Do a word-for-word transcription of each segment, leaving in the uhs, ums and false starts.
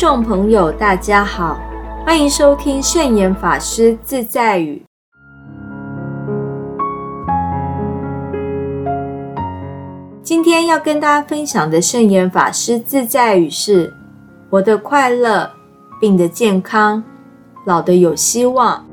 听众朋友大家好，欢迎收听圣严法师自在语。今天要跟大家分享的圣严法师自在语是：活得快乐，病得健康，老得有希望。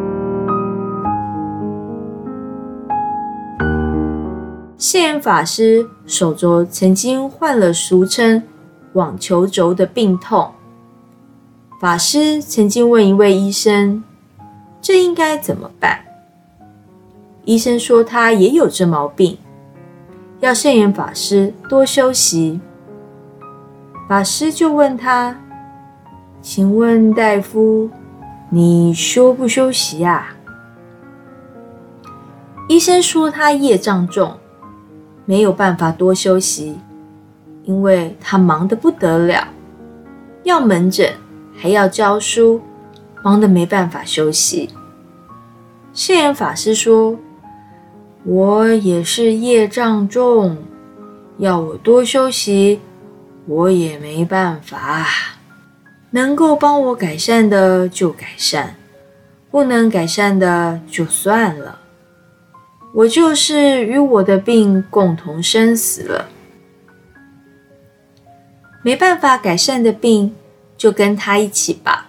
圣严法师手肘曾经患了俗称网球肘的病痛，法师曾经问一位医生，这应该怎么办？医生说他也有这毛病，要圣严法师多休息。法师就问他，请问大夫，你休不休息啊？医生说他业障重，没有办法多休息，因为他忙得不得了，要门诊还要教书，忙得没办法休息。圣严法师说，我也是业障重，要我多休息，我也没办法，能够帮我改善的就改善，不能改善的就算了。我就是与我的病共同生死了，没办法改善的病，就跟他一起吧。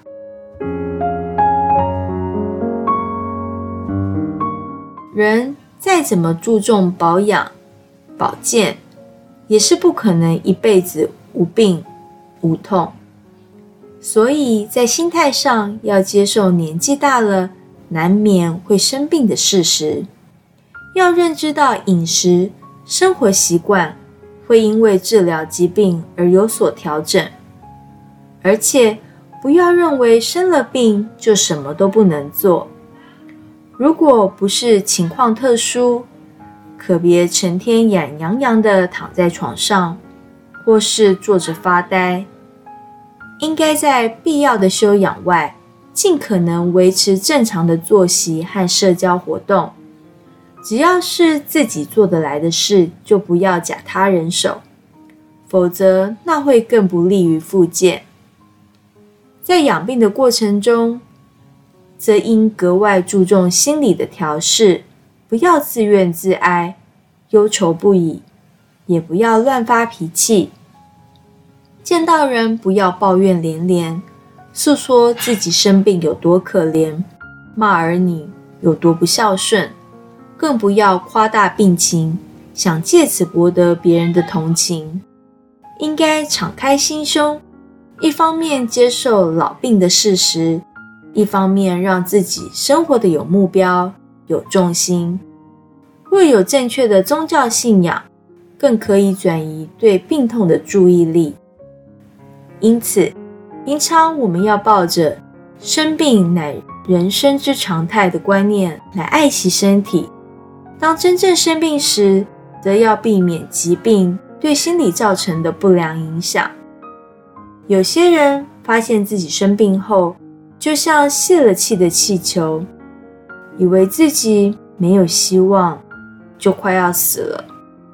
人再怎么注重保养、保健，也是不可能一辈子无病无痛。所以在心态上要接受年纪大了，难免会生病的事实。要认知到饮食、生活习惯会因为治疗疾病而有所调整，而且不要认为生了病就什么都不能做。如果不是情况特殊，可别成天懒洋洋地躺在床上，或是坐着发呆。应该在必要的休养外，尽可能维持正常的作息和社交活动。只要是自己做得来的事，就不要假他人手，否则那会更不利于复健。在养病的过程中，则应格外注重心理的调适，不要自怨自哀、忧愁不已，也不要乱发脾气。见到人不要抱怨连连，诉说自己生病有多可怜，骂儿女有多不孝顺，更不要夸大病情，想借此博得别人的同情。应该敞开心胸，一方面接受老病的事实，一方面让自己生活的有目标、有重心。若有正确的宗教信仰，更可以转移对病痛的注意力。因此，平常我们要抱着生病乃人生之常态的观念来爱惜身体。当真正生病时，则要避免疾病对心理造成的不良影响。有些人发现自己生病后，就像泄了气的气球，以为自己没有希望，就快要死了。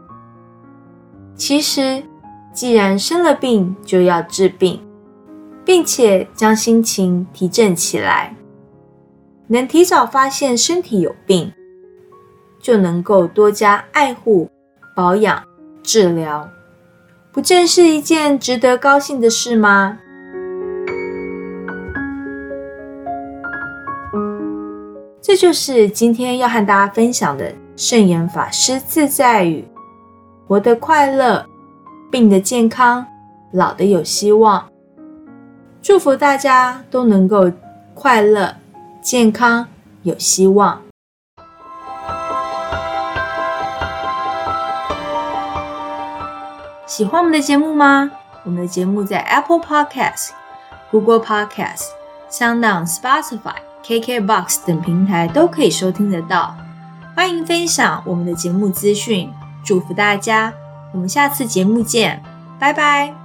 其实，既然生了病，就要治病，并且将心情提振起来，能提早发现身体有病，就能够多加爱护、保养、治疗，不正是一件值得高兴的事吗？这就是今天要和大家分享的圣严法师自在语：活得快乐，病得健康，老得有希望。祝福大家都能够快乐、健康、有希望。喜欢我们的节目吗？我们的节目在 Apple Podcast、Google Podcast、SoundOn、Spotify、K K B O X 等平台都可以收听得到。欢迎分享我们的节目资讯，祝福大家。我们下次节目见，拜拜。